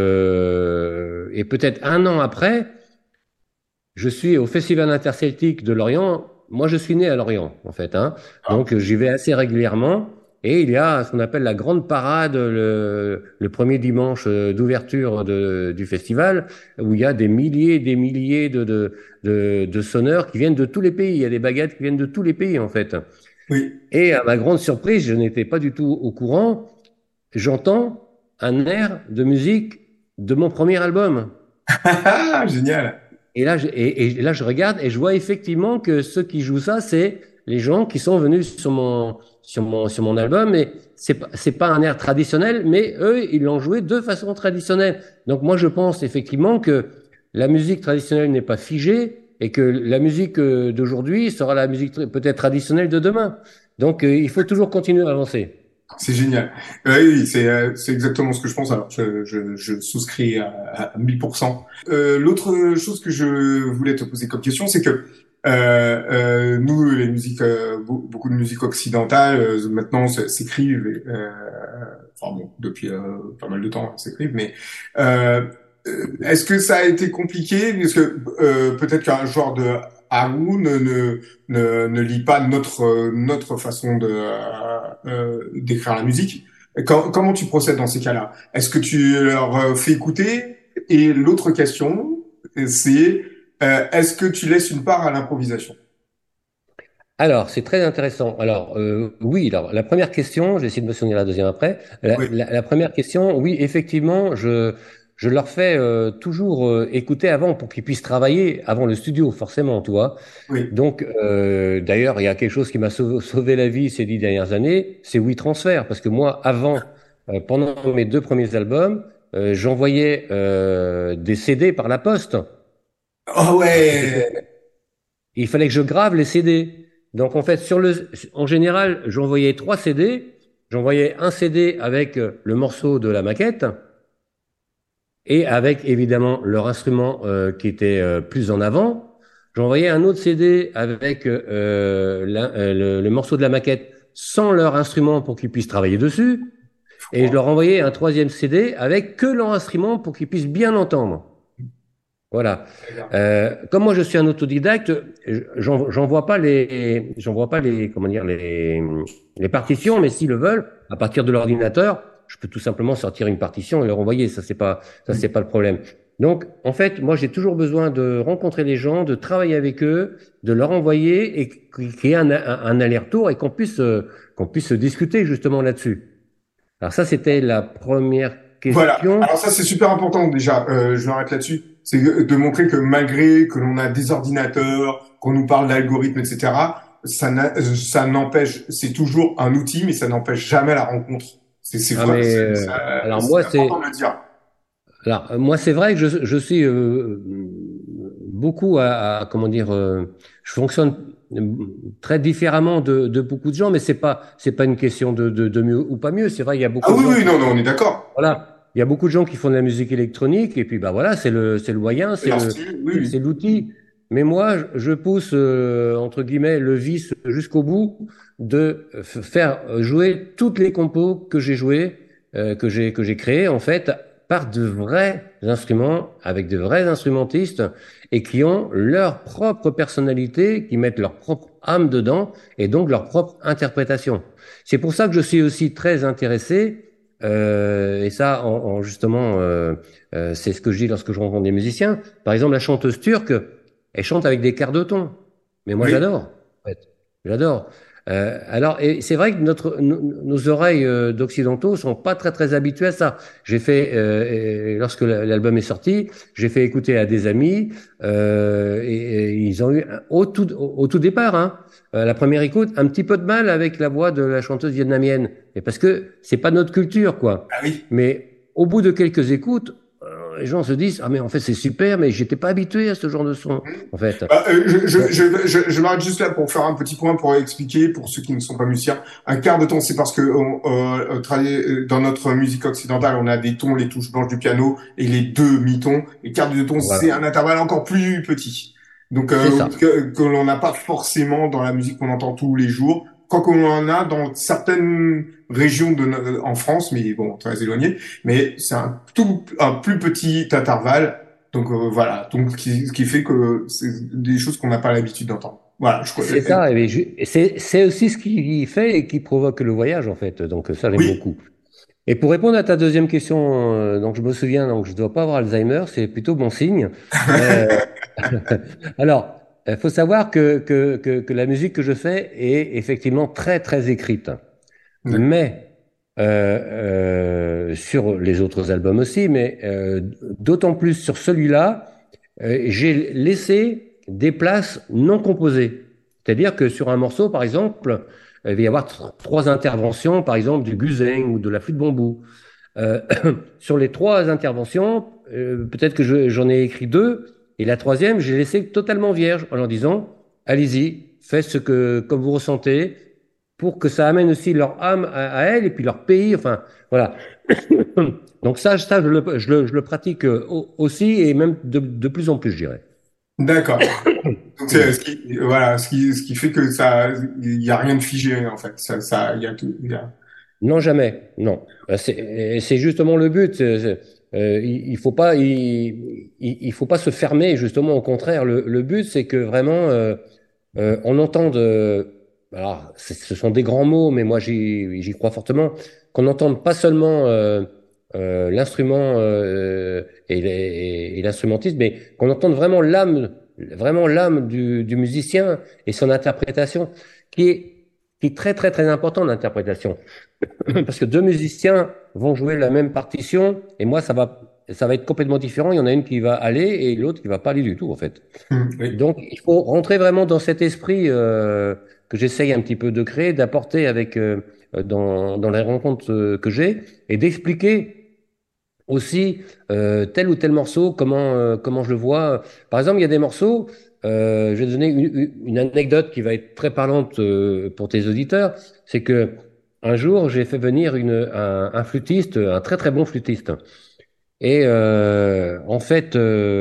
et peut-être un an après. Je suis au Festival interceltique de Lorient. Moi, je suis né à Lorient, en fait, hein.
Ah,
Donc, j'y vais assez régulièrement. Et il y a ce qu'on appelle la grande parade le premier dimanche d'ouverture du festival, où il y a des milliers de sonneurs qui viennent de tous les pays. Il y a des baguettes qui viennent de tous les pays, en fait.
oui.
Et à ma grande surprise, je n'étais pas du tout au courant. J'entends un air de musique de mon premier album.
Génial.
Et là, je regarde et je vois effectivement que ceux qui jouent ça, c'est les gens qui sont venus sur mon album. Et c'est pas un air traditionnel, mais eux, ils l'ont joué de façon traditionnelle. Donc moi, je pense effectivement que la musique traditionnelle n'est pas figée et que la musique d'aujourd'hui sera la musique peut-être traditionnelle de demain. Donc il faut toujours continuer à avancer.
C'est génial. Oui, c'est exactement ce que je pense. Alors, je souscris à 1000%. L'autre chose que je voulais te poser comme question, c'est que nous, les musiques, beaucoup de musique occidentale, maintenant s'écrivent, enfin bon, depuis pas mal de temps, elles s'écrivent, mais euh, est-ce que ça a été compliqué? Parce que peut-être qu'un joueur de Haroun ne lit pas notre façon d'écrire la musique. Comment tu procèdes dans ces cas-là? Est-ce que tu leur fais écouter? Et l'autre question, c'est est-ce que tu laisses une part à l'improvisation?
Alors, c'est très intéressant. Alors, oui, alors, la première question, je vais essayer de me souvenir la deuxième après.
Oui,
La première question, oui, effectivement, je leur fais toujours écouter avant pour qu'ils puissent travailler avant le studio, forcément, tu vois.
oui.
Donc, d'ailleurs, il y a quelque chose qui m'a sauvé la vie ces 10 dernières années, c'est WeTransfer. Parce que moi, avant, pendant mes 2 premiers albums, j'envoyais des CD par la poste.
Oh
Parce que c'était
ouais.
il fallait que je grave les CD. Donc en fait, en général, j'envoyais 3 CD. J'envoyais un CD avec le morceau de la maquette et avec évidemment leur instrument qui était plus en avant. J'envoyais un autre CD avec le morceau de la maquette sans leur instrument pour qu'ils puissent travailler dessus. Et je leur envoyais un troisième CD avec que leur instrument pour qu'ils puissent bien l'entendre. Voilà.
D'accord.
Comme moi je suis un autodidacte, j'envoie pas les, comment dire, les partitions, mais s'ils le veulent, à partir de l'ordinateur, je peux tout simplement sortir une partition et leur envoyer. Ça c'est pas le problème. Donc, en fait, moi j'ai toujours besoin de rencontrer les gens, de travailler avec eux, de leur envoyer et qu'il y ait un aller-retour et qu'on puisse discuter justement là-dessus. Alors ça, c'était la première
Voilà.
question.
Alors ça, c'est super important déjà. Je m'arrête là-dessus. C'est de montrer que malgré que l'on a des ordinateurs, qu'on nous parle d'algorithmes, etc., ça n'empêche, c'est toujours un outil, mais ça n'empêche jamais la rencontre. C'est
Ah
vrai,
mais alors
c'est
moi
important
c'est
de le dire.
moi c'est vrai que je suis beaucoup comment dire je fonctionne très différemment de beaucoup de gens, mais c'est pas une question de mieux ou pas mieux. C'est vrai, il y a
Ah
beaucoup de
oui,
gens
oui,
qui
non, non,
font
on est d'accord.
voilà, il y a beaucoup de gens qui font de la musique électronique et puis bah voilà, c'est le moyen,
C'est leur style, oui,
c'est
oui.
l'outil. Mais moi, je pousse entre guillemets le vice jusqu'au bout de faire jouer toutes les compos que j'ai jouées, que j'ai créées en fait par de vrais instruments avec de vrais instrumentistes et qui ont leur propre personnalité, qui mettent leur propre âme dedans et donc leur propre interprétation. C'est pour ça que je suis aussi très intéressé et ça, justement, c'est ce que je dis lorsque je rencontre des musiciens. Par exemple, la chanteuse turque, elle chante avec des quarts de ton. Mais moi,
Oui.
j'adore. En fait. J'adore. Alors, et c'est vrai que nos oreilles d'occidentaux sont pas très très habituées à ça. J'ai fait, lorsque l'album est sorti, j'ai fait écouter à des amis et ils ont eu au tout départ, hein, la première écoute, un petit peu de mal avec la voix de la chanteuse vietnamienne. Et parce que c'est pas notre culture, quoi.
Ah oui.
Mais au bout de quelques écoutes, les gens se disent, ah mais en fait c'est super, mais j'étais pas habitué à ce genre de son, en fait.
Bah,
Donc,
je m'arrête juste là pour faire un petit point pour expliquer pour ceux qui ne sont pas musiciens. Un quart de ton, c'est parce que dans notre musique occidentale, on a des tons, les touches blanches du piano et les deux mi-tons. Et quart de ton, c'est
voilà,
un intervalle encore plus petit. Donc
c'est ça.
que l'on n'a pas forcément dans la musique qu'on entend tous les jours. Quoi qu'on en a dans certaines régions en France, mais bon, très éloignées. Mais c'est un plus petit intervalle donc voilà, donc ce qui fait que c'est des choses qu'on n'a pas l'habitude d'entendre. Voilà, je crois.
C'est ça, et c'est aussi ce qui fait et qui provoque le voyage, en fait. Donc ça, j'aime
Oui,
beaucoup. Et pour répondre à ta deuxième question, donc je me souviens, donc je dois pas avoir Alzheimer, c'est plutôt bon signe. Euh, alors, il faut savoir que la musique que je fais est effectivement très, très écrite.
d'accord.
Mais, sur les autres albums aussi, mais d'autant plus sur celui-là, j'ai laissé des places non composées. C'est-à-dire que sur un morceau, par exemple, il va y avoir 3 interventions, par exemple, du guzheng ou de la flûte bambou. Euh, sur les 3 interventions, peut-être que j'en ai écrit 2, et la troisième, j'ai laissé totalement vierge en leur disant, allez-y, faites comme vous ressentez, pour que ça amène aussi leur âme à elles et puis leur pays. Enfin, voilà. Donc ça je le pratique aussi et même de plus en plus, je dirais.
D'accord. Donc c'est
Hmm.
ce qui, voilà, ce qui fait que ça, il y a rien de figé en fait. Il y a tout.
Non, jamais. Non. C'est justement le but. Il faut pas, il faut pas se fermer. Justement, au contraire, le but, c'est que vraiment, on entende. Alors, ce sont des grands mots, mais moi, j'y crois fortement. Qu'on n'entende pas seulement l'instrument et l'instrumentiste, mais qu'on entende vraiment l'âme vraiment l'âme du musicien et son interprétation, qui est, qui est très, très, très important, l'interprétation. Parce que deux musiciens vont jouer la même partition, et moi, ça va être complètement différent. Il y en a une qui va aller et l'autre qui va pas aller du tout, en fait.
Oui.
Donc, il faut rentrer vraiment dans cet esprit que j'essaye un petit peu de créer, d'apporter avec dans les rencontres que j'ai, et d'expliquer aussi tel ou tel morceau, comment je le vois. Par exemple, il y a des morceaux, je vais te donner une anecdote qui va être très parlante pour tes auditeurs, c'est que un jour, j'ai fait venir un flûtiste, un très très bon flûtiste. Et en fait,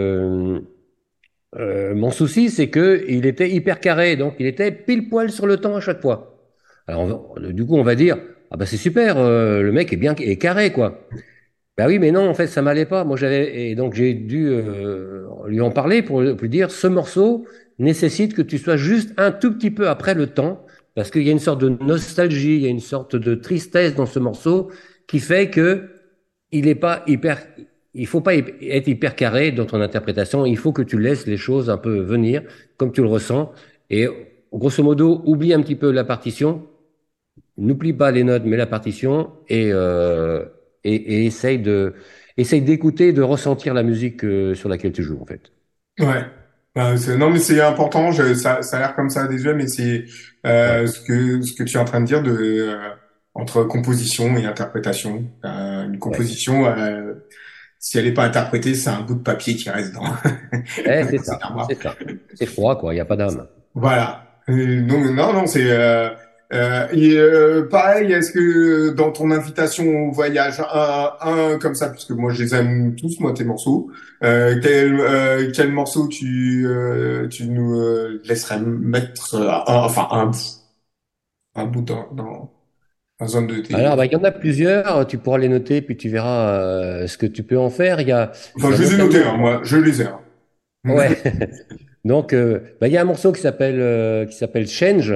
mon souci, c'est que il était hyper carré, donc il était pile poil sur le temps à chaque fois. Alors, du coup, on va dire, ah bah c'est super, le mec est bien est carré, quoi. Ben oui, mais non, en fait, ça m'allait pas. Moi, et donc j'ai dû lui en parler pour lui dire, ce morceau nécessite que tu sois juste un tout petit peu après le temps, parce qu'il y a une sorte de nostalgie, il y a une sorte de tristesse dans ce morceau qui fait que il est pas hyper, il faut pas être hyper carré dans ton interprétation. Il faut que tu laisses les choses un peu venir comme tu le ressens. Et grosso modo, oublie un petit peu la partition, n'oublie pas les notes, mais la partition et essaye d'écouter, de ressentir la musique sur laquelle tu joues en fait.
Ouais. Non, mais c'est important. Ça a l'air comme ça à des yeux, mais c'est
Ouais,
ce que tu es en train de dire entre composition et interprétation. Une
ouais.
composition, si elle n'est pas interprétée, c'est un bout de papier qui reste
C'est
dans
ça,
cet armoire.
c'est ça. C'est froid quoi, il n'y a pas d'âme.
Voilà. Donc non, non, c'est pareil. Est-ce que dans ton invitation au voyage, un comme ça, puisque moi je les aime tous, moi tes morceaux, quel morceau tu nous laisserais mettre, un bout dans la zone de
Alors,
tes.
bah, il y en a plusieurs, tu pourras les noter, puis tu verras ce que tu peux en faire.
Enfin,
Il y a
je les ai notés,
notamment,
hein, moi, je les ai. Hein.
ouais, donc bah, il y a un morceau qui s'appelle Change.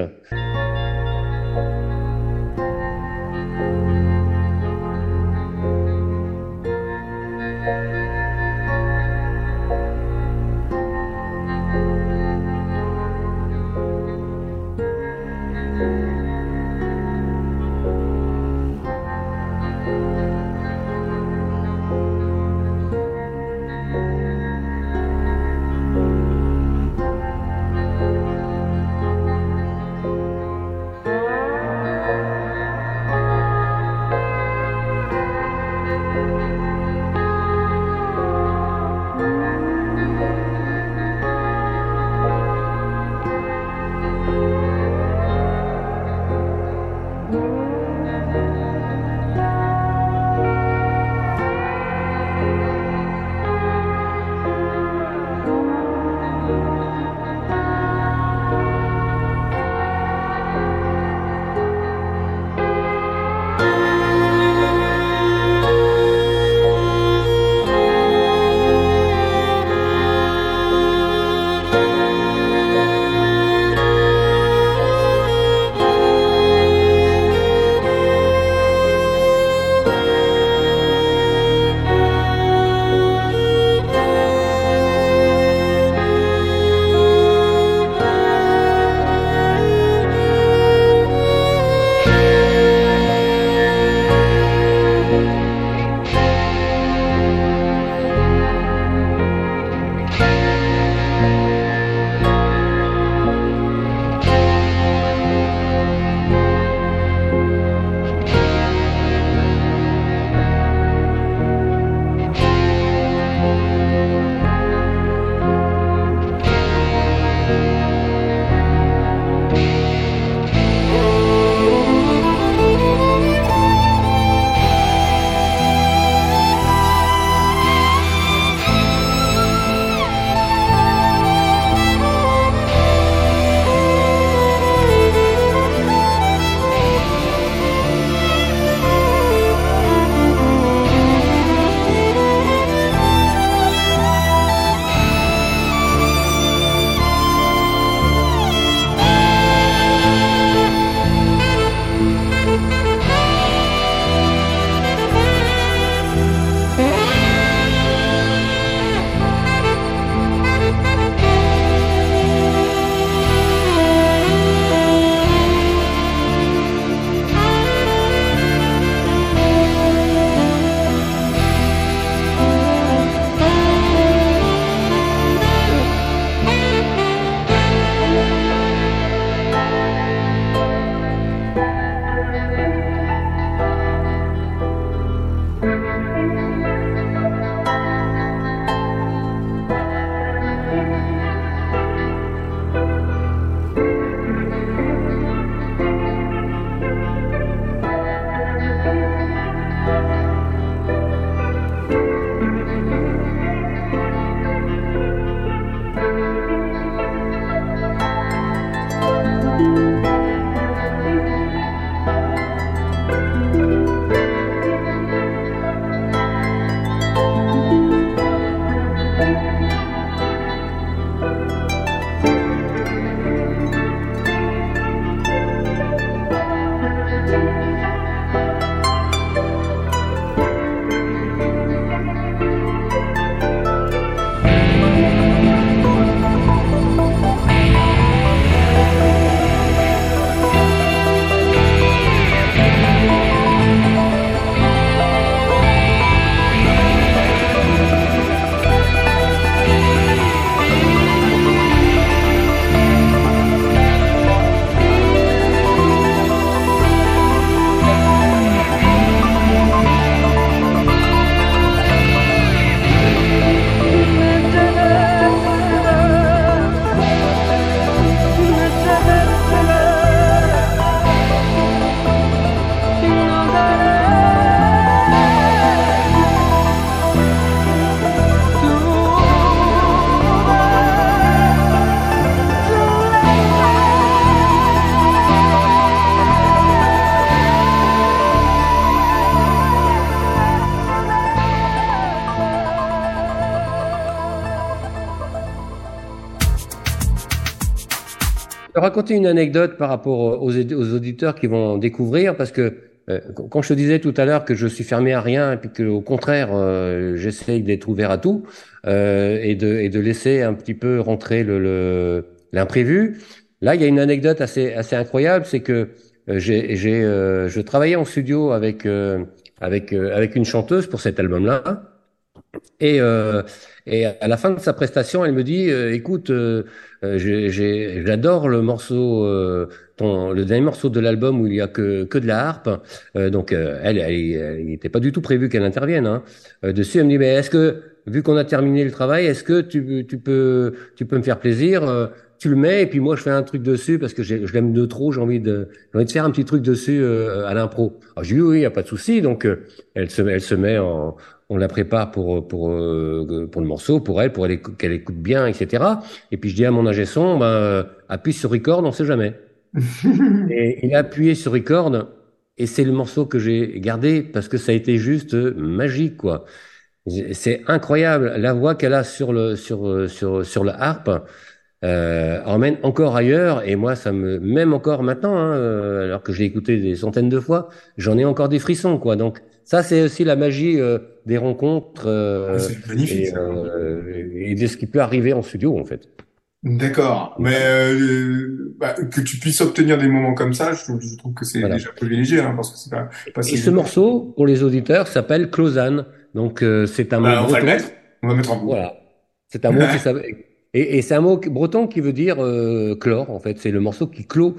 te raconter une anecdote par rapport aux auditeurs qui vont découvrir, parce que quand je te disais tout à l'heure que je suis fermé à rien, et puis que au contraire, j'essaye d'être ouvert à tout, et de laisser un petit peu rentrer l'imprévu. Là, il y a une anecdote assez incroyable, c'est que je travaillais en studio avec une chanteuse pour cet album-là. Et, euh, et à la fin de sa prestation, elle me dit, écoute, j'adore le morceau, le dernier morceau de l'album où il y a que de la harpe. Donc, il n'était pas du tout prévu qu'elle intervienne, hein. Dessus, elle me dit, mais est-ce que, vu qu'on a terminé le travail, est-ce que tu peux me faire plaisir? Tu le mets et puis moi je fais un truc dessus parce que je l'aime de trop, j'ai envie de faire un petit truc dessus à l'impro. Alors je dis oui, il y a pas de souci. Donc elle se met on la prépare pour le morceau, qu'elle écoute bien, etc. Et puis je dis à mon ingé son, ben, appuie sur record, on sait jamais. Et il a appuyé sur record, et c'est le morceau que j'ai gardé parce que ça a été juste magique, quoi. C'est incroyable la voix qu'elle a sur le harpe. Emmène encore ailleurs, et moi même encore maintenant, hein, alors que je l'ai écouté des centaines de fois, j'en ai encore des frissons, quoi. Donc ça, c'est aussi la magie des rencontres,
C'est magnifique ça.
et de ce qui peut arriver en studio, en fait.
D'accord, mais bah, que tu puisses obtenir des moments comme ça, je trouve que c'est
Voilà.
déjà privilégié, hein, parce que pas
Et
si
ce
évident.
morceau, pour les auditeurs, s'appelle Closanne. Donc c'est un mot
Bah, on va le
breton.
mettre, on va mettre en boucle.
Voilà. C'est un mot qui s'appelle et c'est un mot breton qui veut dire clore, en fait. C'est le morceau qui clôt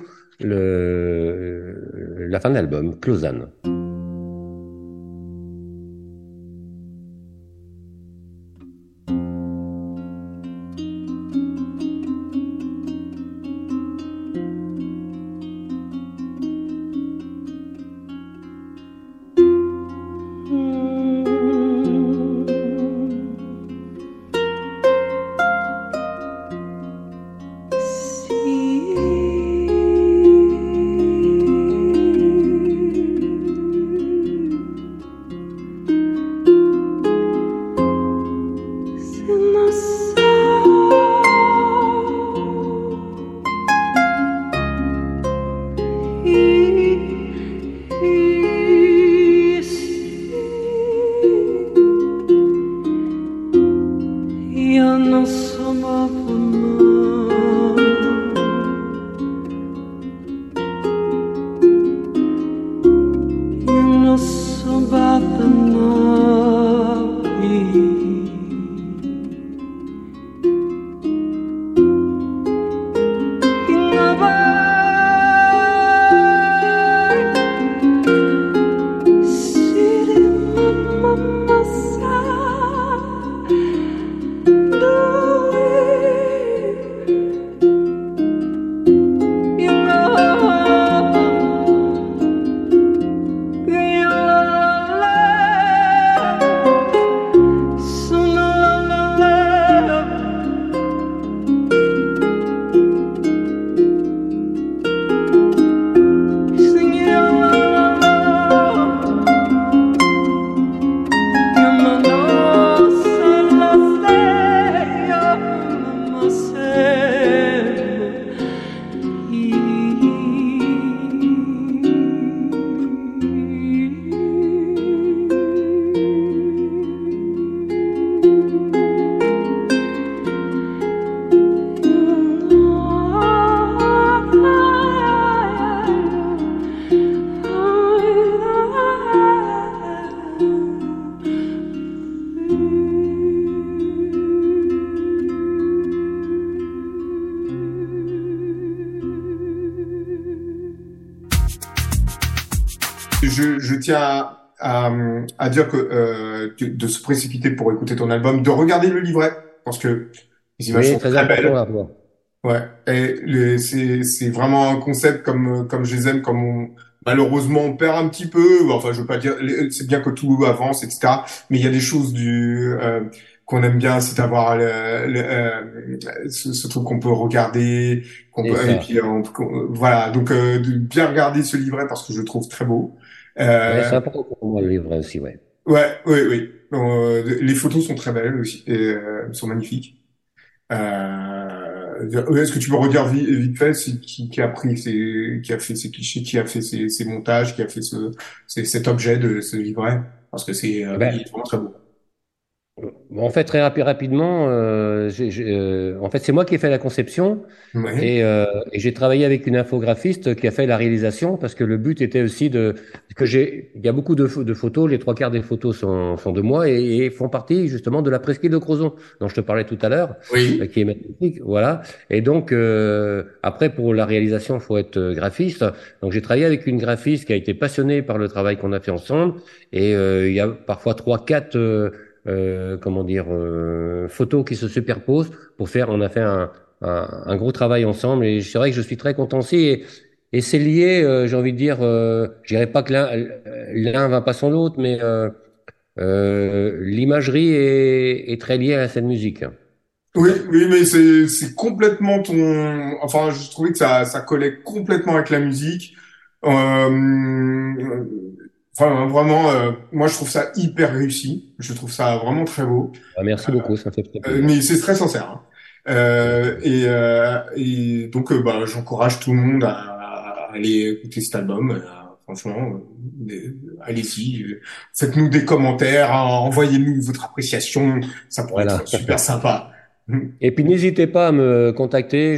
la fin de l'album, Closanne.
Je tiens à dire que de se précipiter pour écouter ton album, de regarder le livret, parce que les images
Oui,
sont
très
très
important
belles.
là. Toi.
Ouais, et c'est vraiment un concept comme je les aime, malheureusement on perd un petit peu. Enfin, je veux pas dire, c'est bien que tout avance, etc. Mais il y a des choses qu'on aime bien, c'est d'avoir ce truc qu'on peut regarder,
C'est
et
ça.
puis voilà. Donc de bien regarder ce livret parce que je le trouve très beau.
Ouais, c'est
Euh,
important pour moi le livre aussi, ouais.
ouais, oui, oui. Les photos sont très belles aussi, et sont magnifiques. Est-ce que tu peux redire vite fait qui a pris qui a fait ces clichés, qui a fait ces montages, qui a fait cet objet de ce livret? Parce que
Eh
il
ben,
est vraiment très beau.
bon, en fait, très rapidement, en fait, c'est moi qui ai fait la conception.
Ouais.
Et j'ai travaillé avec une infographiste qui a fait la réalisation parce que le but était aussi il y a beaucoup de photos, les trois quarts des photos sont de moi et font partie justement de la presqu'île de Crozon dont je te parlais tout à l'heure,
Oui.
qui est magnifique, voilà. Et donc après pour la réalisation, il faut être graphiste. Donc j'ai travaillé avec une graphiste qui a été passionnée par le travail qu'on a fait ensemble et il y a parfois trois, quatre comment dire photos qui se superposent pour faire. On a fait un gros travail ensemble et c'est vrai que je suis très content aussi et c'est lié, j'ai envie de dire, je dirais pas que l'un va pas sans l'autre, mais l'imagerie est très liée à cette musique. C'est
Oui,
ça.
oui, mais c'est complètement ton. Enfin, je trouvais que ça collait complètement avec la musique. Enfin, vraiment, moi, je trouve ça hyper réussi. Je trouve ça vraiment très beau.
Ah, merci beaucoup, ça me fait très plaisir.
Mais c'est très sincère, hein. Et donc, bah, j'encourage tout le monde à aller écouter cet album. Franchement, allez-y. Faites-nous des commentaires, hein, envoyez-nous votre appréciation. Ça pourrait
Voilà.
être super sympa.
Et puis n'hésitez pas à me contacter.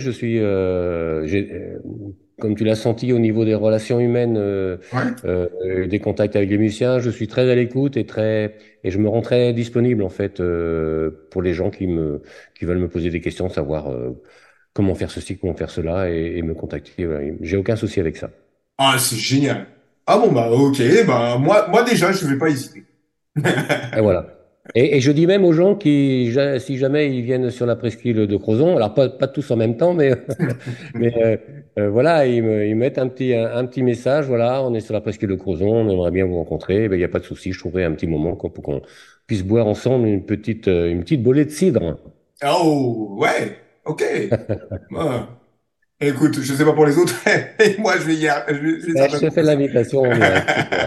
Comme tu l'as senti au niveau des relations humaines,
Ouais.
des contacts avec les musiciens, je suis très à l'écoute et je me rends très disponible en fait pour les gens qui veulent me poser des questions, savoir comment faire ceci, comment faire cela et me contacter. Voilà. J'ai aucun souci avec ça.
Ah, c'est génial. Ah bon, bah, ok. Bah, moi déjà, je vais pas hésiter.
Et voilà. Et je dis même aux gens si jamais ils viennent sur la presqu'île de Crozon, alors pas tous en même temps, mais, mais voilà, ils mettent un petit message, voilà, on est sur la presqu'île de Crozon, on aimerait bien vous rencontrer, ben, il n'y a pas de souci, je trouverai un petit moment pour qu'on puisse boire ensemble une petite bolée de cidre.
Oh, ouais. Ok. Ah. Écoute, je sais pas pour les autres, et moi, je vais
Ben, je te
certainement
fais
faire ça.
l'invitation en direct, c'est clair.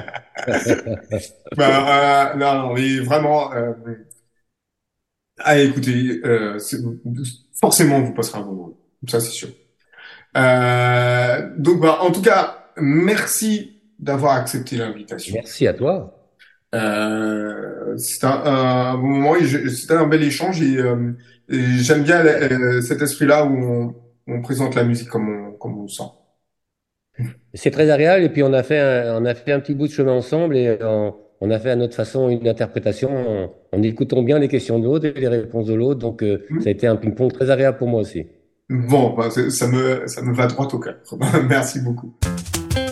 Non, non, mais vraiment, ah, écoutez, forcément, vous passerez un bon moment. Ça, c'est sûr. Donc, bah, en tout cas, merci d'avoir accepté l'invitation.
Merci à toi.
C'était un bon moment, c'était un bel échange et j'aime bien cet esprit-là où on présente la musique comme on le sent.
C'est très agréable et puis on a fait un petit bout de chemin ensemble et on a fait à notre façon une interprétation en écoutant bien les questions de l'autre et les réponses de l'autre. Donc ça a été un ping-pong très agréable pour moi aussi.
Bon, bah, ça me va droit au cœur. Merci beaucoup.